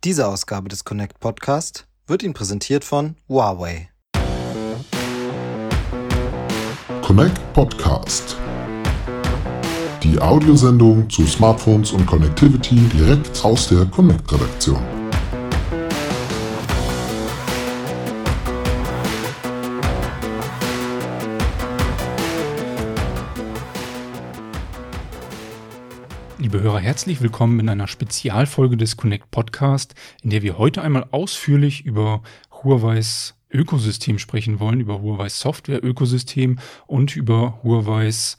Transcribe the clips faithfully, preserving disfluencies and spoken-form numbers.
Diese Ausgabe des Connect Podcast wird Ihnen präsentiert von Huawei. Connect Podcast. Die Audiosendung zu Smartphones und Connectivity direkt aus der Connect-Redaktion. Liebe Hörer, herzlich willkommen in einer Spezialfolge des Connect Podcast, in der wir heute einmal ausführlich über Huawei's Ökosystem sprechen wollen, über Huawei's Software-Ökosystem und über Huawei's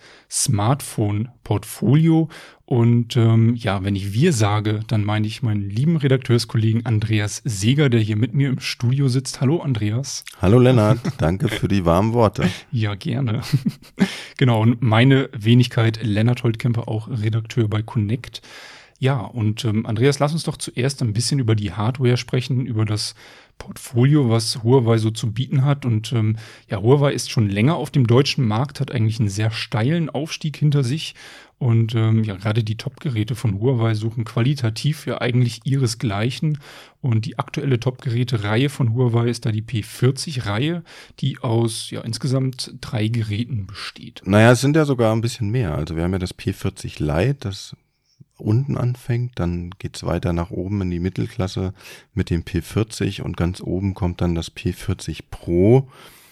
Smartphone-Portfolio. Und ähm, ja, wenn ich wir sage, dann meine ich meinen lieben Redakteurskollegen Andreas Seeger, der hier mit mir im Studio sitzt. Hallo Andreas. Hallo Lennart, danke für die warmen Worte. Ja, gerne. Genau, und meine Wenigkeit Lennart Holtkemper, auch Redakteur bei Connect. Ja, und ähm, Andreas, lass uns doch zuerst ein bisschen über die Hardware sprechen, über das Portfolio, was Huawei so zu bieten hat. Und ähm, ja, Huawei ist schon länger auf dem deutschen Markt, hat eigentlich einen sehr steilen Aufstieg hinter sich. Und ähm, ja, gerade die Top-Geräte von Huawei suchen qualitativ ja eigentlich ihresgleichen. Und die aktuelle Top-Geräte-Reihe von Huawei ist da die P vierzig-Reihe, die aus ja insgesamt drei Geräten besteht. Naja, es sind ja sogar ein bisschen mehr. Also wir haben ja das P vierzig Lite, das unten anfängt, dann geht's weiter nach oben in die Mittelklasse mit dem P vierzig und ganz oben kommt dann das P vierzig Pro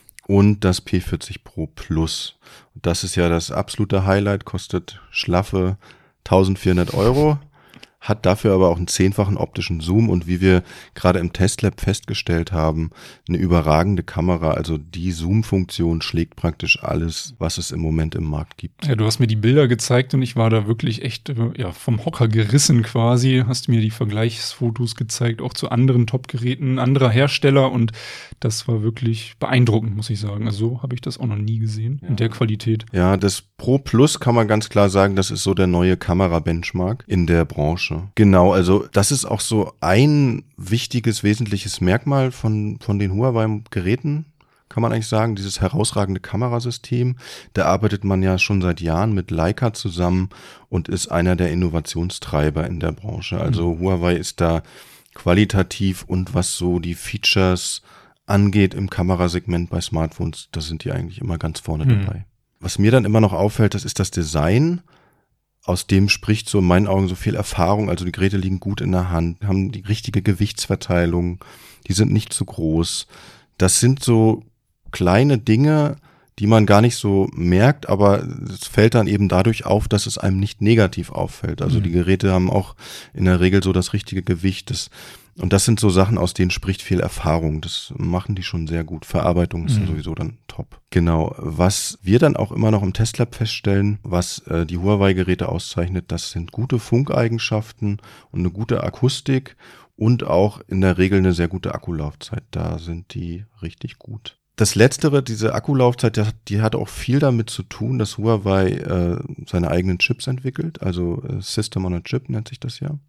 und das P vierzig Pro Plus. Das ist ja das absolute Highlight, kostet schlaffe eintausendvierhundert Euro, hat dafür aber auch einen zehnfachen optischen Zoom und wie wir gerade im Testlab festgestellt haben, eine überragende Kamera. Also die Zoom-Funktion schlägt praktisch alles, was es im Moment im Markt gibt. Ja, du hast mir die Bilder gezeigt und ich war da wirklich echt ja, vom Hocker gerissen quasi. Hast mir die Vergleichsfotos gezeigt, auch zu anderen Top-Geräten anderer Hersteller und das war wirklich beeindruckend, muss ich sagen. Also so habe ich das auch noch nie gesehen, ja, in der Qualität. Ja, das Pro Plus kann man ganz klar sagen, das ist so der neue Kamera-Benchmark in der Branche. Genau, also das ist auch so ein wichtiges, wesentliches Merkmal von von den Huawei-Geräten, kann man eigentlich sagen, dieses herausragende Kamerasystem. Da arbeitet man ja schon seit Jahren mit Leica zusammen und ist einer der Innovationstreiber in der Branche. Also mhm. Huawei ist da qualitativ und was so die Features angeht im Kamerasegment bei Smartphones, da sind die eigentlich immer ganz vorne mhm. dabei. Was mir dann immer noch auffällt, das ist das Design. Aus dem spricht so in meinen Augen so viel Erfahrung. Also die Geräte liegen gut in der Hand, haben die richtige Gewichtsverteilung, die sind nicht zu groß. Das sind so kleine Dinge, die man gar nicht so merkt, aber es fällt dann eben dadurch auf, dass es einem nicht negativ auffällt. Also mhm. die Geräte haben auch in der Regel so das richtige Gewicht. Das, und das sind so Sachen, aus denen spricht viel Erfahrung. Das machen die schon sehr gut. Verarbeitung ist mhm. sowieso dann top. Genau. Was wir dann auch immer noch im Testlab feststellen, was äh, die Huawei-Geräte auszeichnet, das sind gute Funkeigenschaften und eine gute Akustik und auch in der Regel eine sehr gute Akkulaufzeit. Da sind die richtig gut. Das Letztere, diese Akkulaufzeit, die hat, die hat auch viel damit zu tun, dass Huawei äh, seine eigenen Chips entwickelt. Also äh, System on a Chip nennt sich das ja.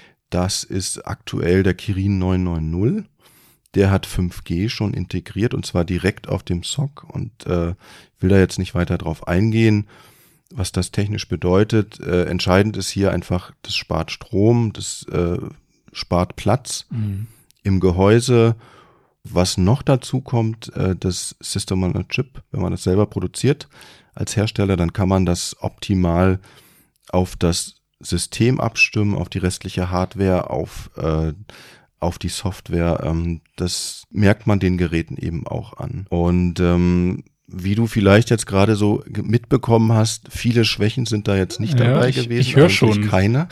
Das ist aktuell der Kirin neun neun null. Der hat fünf G schon integriert und zwar direkt auf dem S O C und äh, will da jetzt nicht weiter drauf eingehen, was das technisch bedeutet. Äh, entscheidend ist hier einfach, das spart Strom, das äh, spart Platz mhm. im Gehäuse. Was noch dazu kommt, äh, das System on a Chip, wenn man das selber produziert als Hersteller, dann kann man das optimal auf das System abstimmen, auf die restliche Hardware, auf äh, auf die Software. Ähm, das merkt man den Geräten eben auch an. Und ähm, wie du vielleicht jetzt gerade so mitbekommen hast, viele Schwächen sind da jetzt nicht ja, dabei ich, gewesen. Ich höre schon. Keine.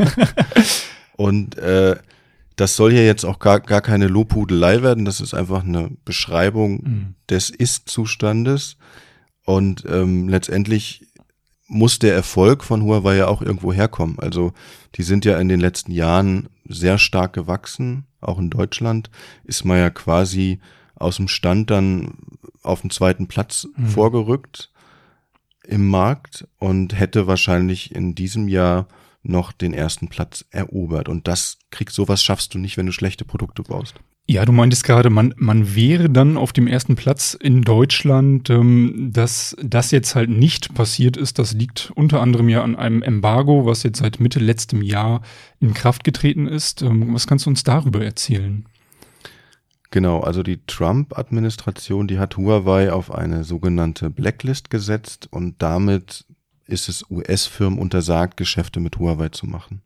Und äh, das soll hier jetzt auch gar gar keine Lobhudelei werden. Das ist einfach eine Beschreibung mhm. des Ist-Zustandes. Und ähm, letztendlich muss der Erfolg von Huawei ja auch irgendwo herkommen. Also die sind ja in den letzten Jahren sehr stark gewachsen. Auch in Deutschland ist man ja quasi aus dem Stand dann auf den zweiten Platz mhm. vorgerückt im Markt und hätte wahrscheinlich in diesem Jahr noch den ersten Platz erobert. Und das kriegst, sowas schaffst du nicht, wenn du schlechte Produkte baust. Ja, du meintest gerade, man, man wäre dann auf dem ersten Platz in Deutschland. Ähm, dass das jetzt halt nicht passiert ist, das liegt unter anderem ja an einem Embargo, was jetzt seit Mitte letztem Jahr in Kraft getreten ist. Ähm, was kannst du uns darüber erzählen? Genau, also die Trump-Administration, die hat Huawei auf eine sogenannte Blacklist gesetzt und damit ist es U S-Firmen untersagt, Geschäfte mit Huawei zu machen.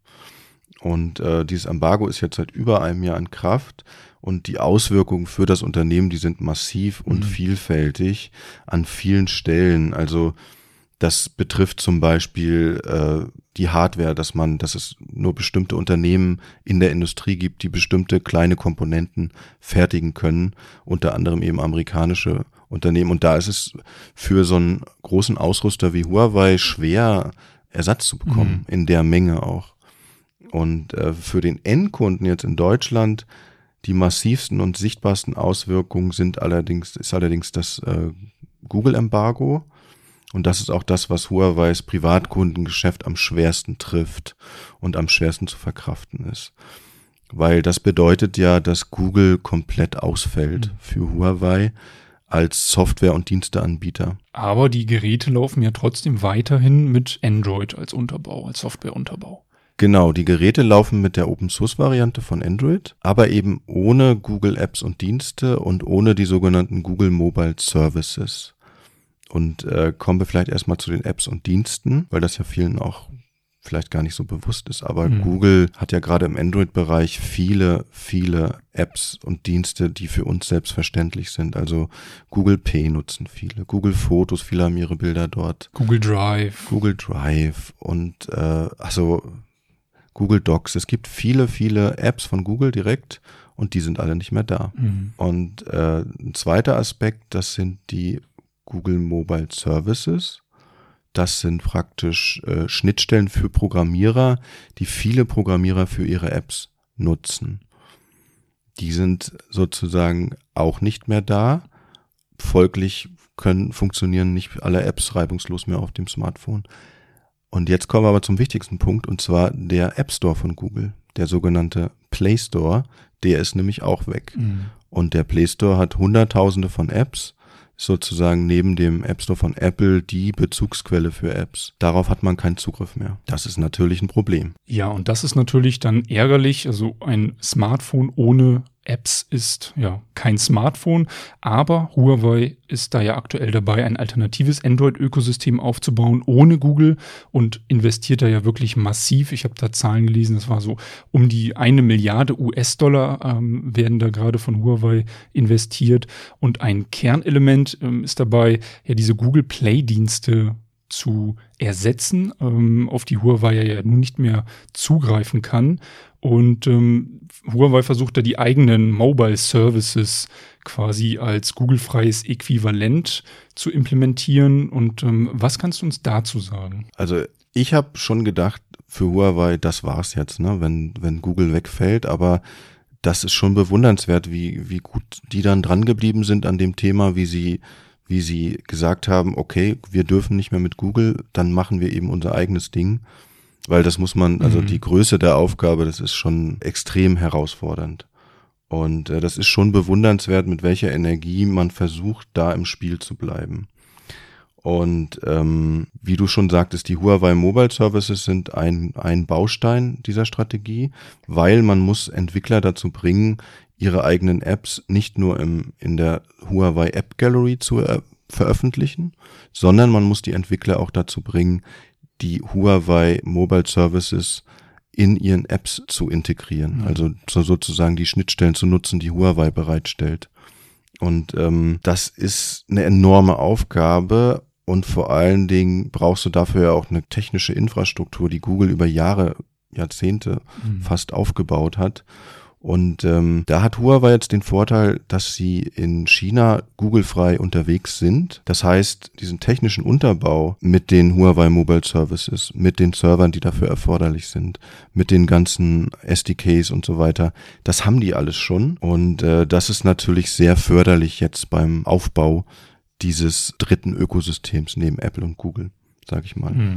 Und äh, dieses Embargo ist jetzt seit über einem Jahr in Kraft und die Auswirkungen für das Unternehmen, die sind massiv und mhm. vielfältig an vielen Stellen. Also das betrifft zum Beispiel äh, die Hardware, dass man, dass es nur bestimmte Unternehmen in der Industrie gibt, die bestimmte kleine Komponenten fertigen können, unter anderem eben amerikanische Unternehmen. Und da ist es für so einen großen Ausrüster wie Huawei schwer, Ersatz zu bekommen, mhm. in der Menge auch. Und äh, für den Endkunden jetzt in Deutschland die massivsten und sichtbarsten Auswirkungen sind allerdings, ist allerdings das äh, Google-Embargo. Und das ist auch das, was Huaweis Privatkundengeschäft am schwersten trifft und am schwersten zu verkraften ist. Weil das bedeutet ja, dass Google komplett ausfällt mhm. für Huawei als Software- und Diensteanbieter. Aber die Geräte laufen ja trotzdem weiterhin mit Android als Unterbau, als Softwareunterbau. Genau, die Geräte laufen mit der Open-Source-Variante von Android, aber eben ohne Google Apps und Dienste und ohne die sogenannten Google Mobile Services. Und äh, kommen wir vielleicht erstmal zu den Apps und Diensten, weil das ja vielen auch vielleicht gar nicht so bewusst ist. Aber mhm. Google hat ja gerade im Android-Bereich viele, viele Apps und Dienste, die für uns selbstverständlich sind. Also Google Pay nutzen viele, Google Fotos, viele haben ihre Bilder dort. Google Drive. Google Drive und äh, also Google Docs. Es gibt viele, viele Apps von Google direkt und die sind alle nicht mehr da. Mhm. Und äh, ein zweiter Aspekt, das sind die Google Mobile Services. Das sind praktisch äh, Schnittstellen für Programmierer, die viele Programmierer für ihre Apps nutzen. Die sind sozusagen auch nicht mehr da. Folglich können funktionieren nicht alle Apps reibungslos mehr auf dem Smartphone. Und jetzt kommen wir aber zum wichtigsten Punkt, und zwar der App Store von Google, der sogenannte Play Store, der ist nämlich auch weg. Mhm. Und der Play Store hat Hunderttausende von Apps, sozusagen neben dem App Store von Apple die Bezugsquelle für Apps. Darauf hat man keinen Zugriff mehr. Das ist natürlich ein Problem. Ja, und das ist natürlich dann ärgerlich. Also ein Smartphone ohne Apps ist ja kein Smartphone, aber Huawei ist da ja aktuell dabei, ein alternatives Android-Ökosystem aufzubauen ohne Google und investiert da ja wirklich massiv. Ich habe da Zahlen gelesen, das war so um die eine Milliarde U S-Dollar ähm, werden da gerade von Huawei investiert und ein Kernelement ähm, ist dabei, ja diese Google Play-Dienste zu ersetzen, ähm, auf die Huawei ja nun nicht mehr zugreifen kann. Und ähm, Huawei versucht da die eigenen Mobile Services quasi als Google-freies Äquivalent zu implementieren. Und ähm, was kannst du uns dazu sagen? Also ich habe schon gedacht, für Huawei, das war's jetzt, ne, wenn wenn Google wegfällt. Aber das ist schon bewundernswert, wie wie gut die dann dran geblieben sind an dem Thema, wie sie wie sie gesagt haben, okay, wir dürfen nicht mehr mit Google, dann machen wir eben unser eigenes Ding. Weil das muss man, also mhm. die Größe der Aufgabe, das ist schon extrem herausfordernd. Und äh, das ist schon bewundernswert, mit welcher Energie man versucht, da im Spiel zu bleiben. Und ähm, wie du schon sagtest, die Huawei Mobile Services sind ein ein Baustein dieser Strategie, weil man muss Entwickler dazu bringen, ihre eigenen Apps nicht nur im in der Huawei App Gallery zu äh, veröffentlichen, sondern man muss die Entwickler auch dazu bringen, die Huawei Mobile Services in ihren Apps zu integrieren, mhm. also so sozusagen die Schnittstellen zu nutzen, die Huawei bereitstellt. Und ähm, das ist eine enorme Aufgabe und vor allen Dingen brauchst du dafür ja auch eine technische Infrastruktur, die Google über Jahre, Jahrzehnte mhm. fast aufgebaut hat. Und ähm, da hat Huawei jetzt den Vorteil, dass sie in China Google-frei unterwegs sind. Das heißt, diesen technischen Unterbau mit den Huawei Mobile Services, mit den Servern, die dafür erforderlich sind, mit den ganzen S D Ks und so weiter, das haben die alles schon. Und äh, das ist natürlich sehr förderlich jetzt beim Aufbau dieses dritten Ökosystems neben Apple und Google, sag ich mal. Mhm.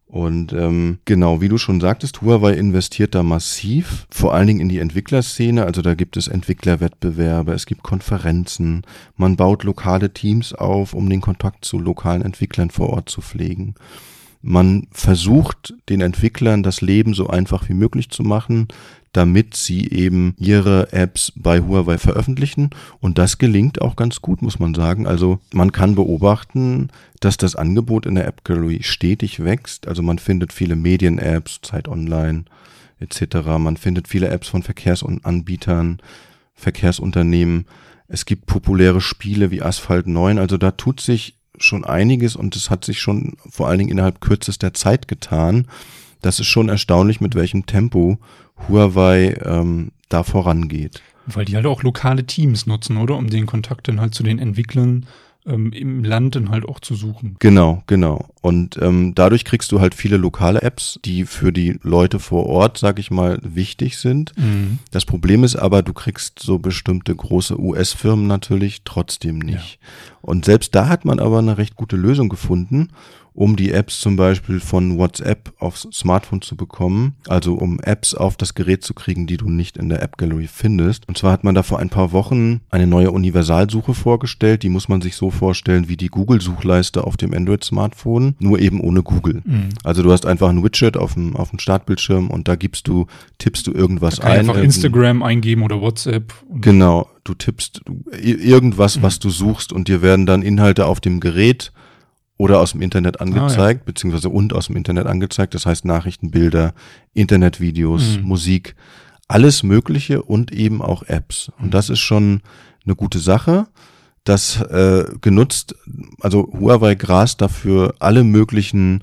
Und ähm, genau, wie du schon sagtest, Huawei investiert da massiv, vor allen Dingen in die Entwicklerszene. Also da gibt es Entwicklerwettbewerbe, es gibt Konferenzen, man baut lokale Teams auf, um den Kontakt zu lokalen Entwicklern vor Ort zu pflegen. Man versucht, den Entwicklern das Leben so einfach wie möglich zu machen, damit sie eben ihre Apps bei Huawei veröffentlichen. Und das gelingt auch ganz gut, muss man sagen. Also man kann beobachten, dass das Angebot in der App Gallery stetig wächst. Also man findet viele Medien-Apps, Zeit Online et cetera. Man findet viele Apps von Verkehrsanbietern, Verkehrsunternehmen. Es gibt populäre Spiele wie Asphalt neun. Also da tut sich schon einiges und es hat sich schon vor allen Dingen innerhalb kürzester Zeit getan. Das ist schon erstaunlich, mit welchem Tempo Huawei ähm, da vorangeht. Weil die halt auch lokale Teams nutzen, oder? Um den Kontakt dann halt zu den Entwicklern ähm, im Land dann halt auch zu suchen. Genau, genau. Und ähm, dadurch kriegst du halt viele lokale Apps, die für die Leute vor Ort, sag ich mal, wichtig sind. Mhm. Das Problem ist aber, du kriegst so bestimmte große U S-Firmen natürlich trotzdem nicht. Ja. Und selbst da hat man aber eine recht gute Lösung gefunden, um die Apps zum Beispiel von WhatsApp aufs Smartphone zu bekommen, also um Apps auf das Gerät zu kriegen, die du nicht in der App Gallery findest. Und zwar hat man da vor ein paar Wochen eine neue Universalsuche vorgestellt, die muss man sich so vorstellen wie die Google-Suchleiste auf dem Android-Smartphone, nur eben ohne Google. Mhm. Also du hast einfach ein Widget auf dem, auf dem Startbildschirm und da gibst du, tippst du irgendwas da kann ein. Einfach Instagram eingeben oder WhatsApp. Genau, du tippst irgendwas, mhm. was du suchst und dir werden dann Inhalte auf dem Gerät oder aus dem Internet angezeigt, ah, ja. beziehungsweise und aus dem Internet angezeigt. Das heißt Nachrichten, Bilder, Internetvideos, mhm. Musik, alles Mögliche und eben auch Apps. Und das ist schon eine gute Sache. Das äh, genutzt, also Huawei grast dafür alle möglichen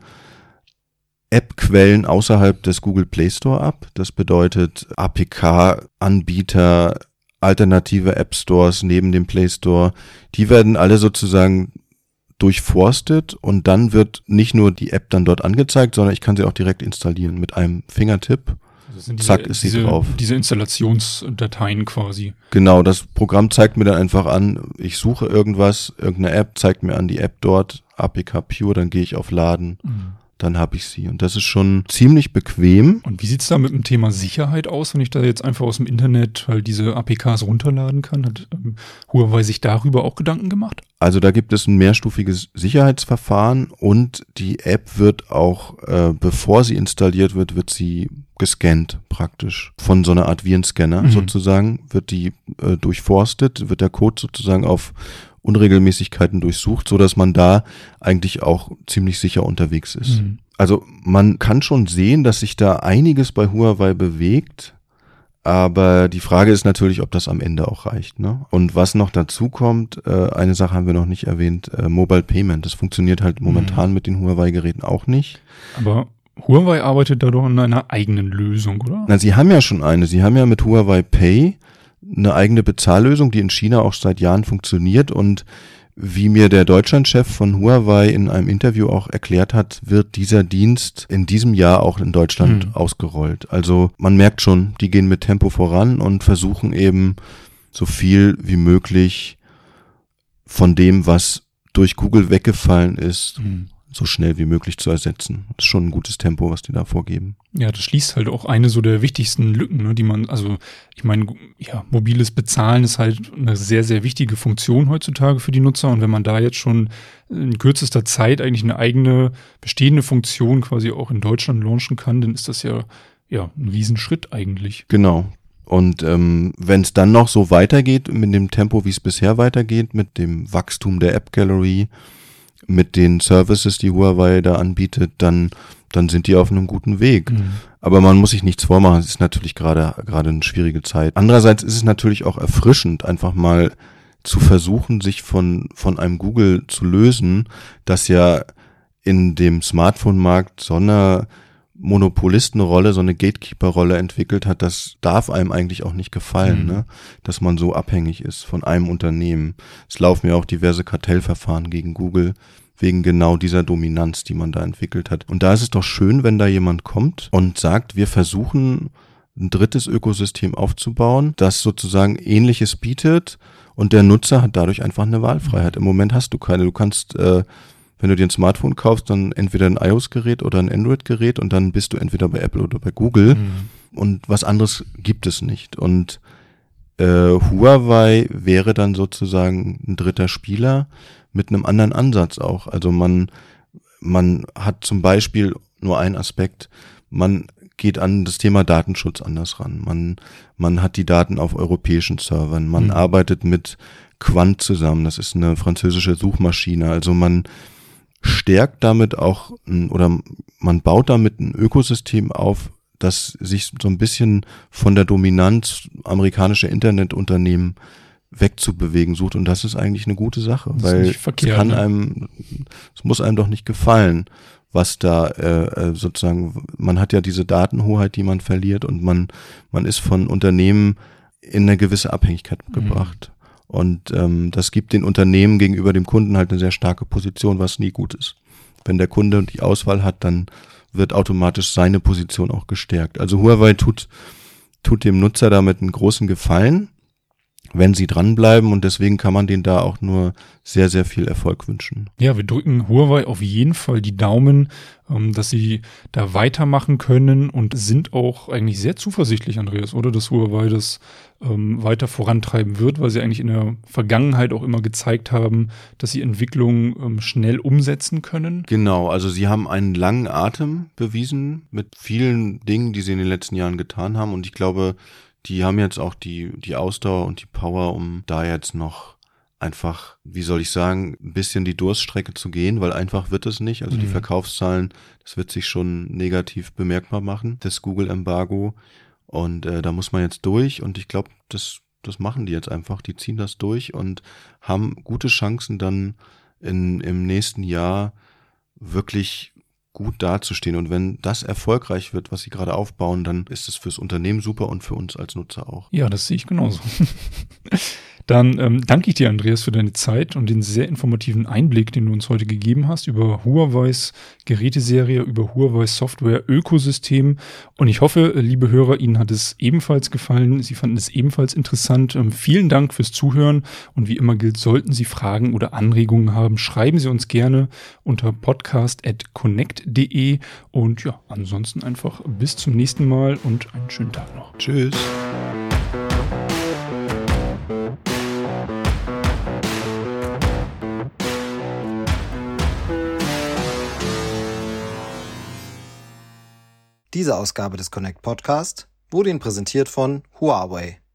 App-Quellen außerhalb des Google Play Store ab. Das bedeutet A P K-Anbieter, alternative App-Stores neben dem Play Store. Die werden alle sozusagen durchforstet und dann wird nicht nur die App dann dort angezeigt, sondern ich kann sie auch direkt installieren mit einem Fingertipp. Also sind diese, Zack, ist sie diese, drauf. Diese Installationsdateien quasi. Genau, das Programm zeigt mir dann einfach an, ich suche irgendwas, irgendeine App, zeigt mir an die App dort, A P K Pure, dann gehe ich auf Laden. Mhm. Dann habe ich sie. Und das ist schon ziemlich bequem. Und wie sieht's da mit dem Thema Sicherheit aus, wenn ich da jetzt einfach aus dem Internet halt diese A P Ks runterladen kann? Hat ähm, Huawei sich darüber auch Gedanken gemacht? Also da gibt es ein mehrstufiges Sicherheitsverfahren und die App wird auch, äh, bevor sie installiert wird, wird sie gescannt praktisch. Von so einer Art Virenscanner mhm. sozusagen wird die äh, durchforstet, wird der Code sozusagen auf Unregelmäßigkeiten durchsucht, so dass man da eigentlich auch ziemlich sicher unterwegs ist. Mhm. Also man kann schon sehen, dass sich da einiges bei Huawei bewegt, aber die Frage ist natürlich, ob das am Ende auch reicht, ne? Und was noch dazu kommt, äh, eine Sache haben wir noch nicht erwähnt, äh, Mobile Payment. Das funktioniert halt momentan mhm. mit den Huawei-Geräten auch nicht. Aber Huawei arbeitet da doch an einer eigenen Lösung, oder? Na, sie haben ja schon eine. Sie haben ja mit Huawei Pay eine eigene Bezahllösung, die in China auch seit Jahren funktioniert und wie mir der Deutschlandchef von Huawei in einem Interview auch erklärt hat, wird dieser Dienst in diesem Jahr auch in Deutschland hm. ausgerollt. Also man merkt schon, die gehen mit Tempo voran und versuchen eben so viel wie möglich von dem, was durch Google weggefallen ist, hm. so schnell wie möglich zu ersetzen. Das ist schon ein gutes Tempo, was die da vorgeben. Ja, das schließt halt auch eine so der wichtigsten Lücken, ne, die man, also ich meine, ja, mobiles Bezahlen ist halt eine sehr, sehr wichtige Funktion heutzutage für die Nutzer und wenn man da jetzt schon in kürzester Zeit eigentlich eine eigene bestehende Funktion quasi auch in Deutschland launchen kann, dann ist das ja, ja ein Riesenschritt eigentlich. Genau. Und ähm, wenn es dann noch so weitergeht, mit dem Tempo, wie es bisher weitergeht, mit dem Wachstum der App Gallery, mit den Services, die Huawei da anbietet, dann dann sind die auf einem guten Weg. Mhm. Aber man muss sich nichts vormachen, es ist natürlich gerade gerade eine schwierige Zeit. Andererseits ist es natürlich auch erfrischend, einfach mal zu versuchen, sich von von einem Google zu lösen, das ja in dem Smartphone-Markt so eine Monopolistenrolle, so eine Gatekeeper-Rolle entwickelt hat. Das darf einem eigentlich auch nicht gefallen, mhm. ne? Dass man so abhängig ist von einem Unternehmen. Es laufen ja auch diverse Kartellverfahren gegen Google wegen genau dieser Dominanz, die man da entwickelt hat. Und da ist es doch schön, wenn da jemand kommt und sagt, wir versuchen ein drittes Ökosystem aufzubauen, das sozusagen Ähnliches bietet und der Nutzer hat dadurch einfach eine Wahlfreiheit. Im Moment hast du keine. Du kannst äh, wenn du dir ein Smartphone kaufst, dann entweder ein iOS-Gerät oder ein Android-Gerät und dann bist du entweder bei Apple oder bei Google. Mhm. Und was anderes gibt es nicht. Und äh, Huawei wäre dann sozusagen ein dritter Spieler mit einem anderen Ansatz auch. Also man, man hat zum Beispiel nur einen Aspekt, man geht an das Thema Datenschutz anders ran. Man, man hat die Daten auf europäischen Servern. Man mhm. arbeitet mit Quant zusammen. Das ist eine französische Suchmaschine. Also man stärkt damit auch ein, oder man baut damit ein Ökosystem auf, das sich so ein bisschen von der Dominanz amerikanischer Internetunternehmen wegzubewegen sucht. Und das ist eigentlich eine gute Sache, das weil verkehrt, es kann ne? einem, es muss einem doch nicht gefallen, was da äh, sozusagen, man hat ja diese Datenhoheit, die man verliert und man man ist von Unternehmen in eine gewisse Abhängigkeit gebracht. Mhm. Und ähm, das gibt den Unternehmen gegenüber dem Kunden halt eine sehr starke Position, was nie gut ist. Wenn der Kunde die Auswahl hat, dann wird automatisch seine Position auch gestärkt. Also Huawei tut tut dem Nutzer damit einen großen Gefallen, wenn sie dranbleiben, und deswegen kann man denen da auch nur sehr, sehr viel Erfolg wünschen. Ja, wir drücken Huawei auf jeden Fall die Daumen, dass sie da weitermachen können, und sind auch eigentlich sehr zuversichtlich, Andreas, oder? Dass Huawei das ähm, weiter vorantreiben wird, weil sie eigentlich in der Vergangenheit auch immer gezeigt haben, dass sie Entwicklungen ähm, schnell umsetzen können. Genau, also sie haben einen langen Atem bewiesen mit vielen Dingen, die sie in den letzten Jahren getan haben, und ich glaube, die haben jetzt auch die die Ausdauer und die Power, um da jetzt noch einfach, wie soll ich sagen, ein bisschen die Durststrecke zu gehen, weil einfach wird es nicht. Also mhm. die Verkaufszahlen, das wird sich schon negativ bemerkbar machen, das Google-Embargo. Und äh, da muss man jetzt durch, und ich glaube, das das machen die jetzt einfach. Die ziehen das durch und haben gute Chancen, dann in im nächsten Jahr wirklich gut dazustehen. Und wenn das erfolgreich wird, was sie gerade aufbauen, dann ist es fürs Unternehmen super und für uns als Nutzer auch. Ja, das sehe ich genauso. Dann ähm, danke ich dir, Andreas, für deine Zeit und den sehr informativen Einblick, den du uns heute gegeben hast über Huaweis Geräteserie, über Huawei's Software-Ökosystem. Und ich hoffe, liebe Hörer, Ihnen hat es ebenfalls gefallen. Sie fanden es ebenfalls interessant. Ähm, vielen Dank fürs Zuhören. Und wie immer gilt, sollten Sie Fragen oder Anregungen haben, schreiben Sie uns gerne unter podcast at connect punkt de. Und ja, ansonsten einfach bis zum nächsten Mal und einen schönen Tag noch. Tschüss. Diese Ausgabe des Connect Podcast wurde Ihnen präsentiert von Huawei.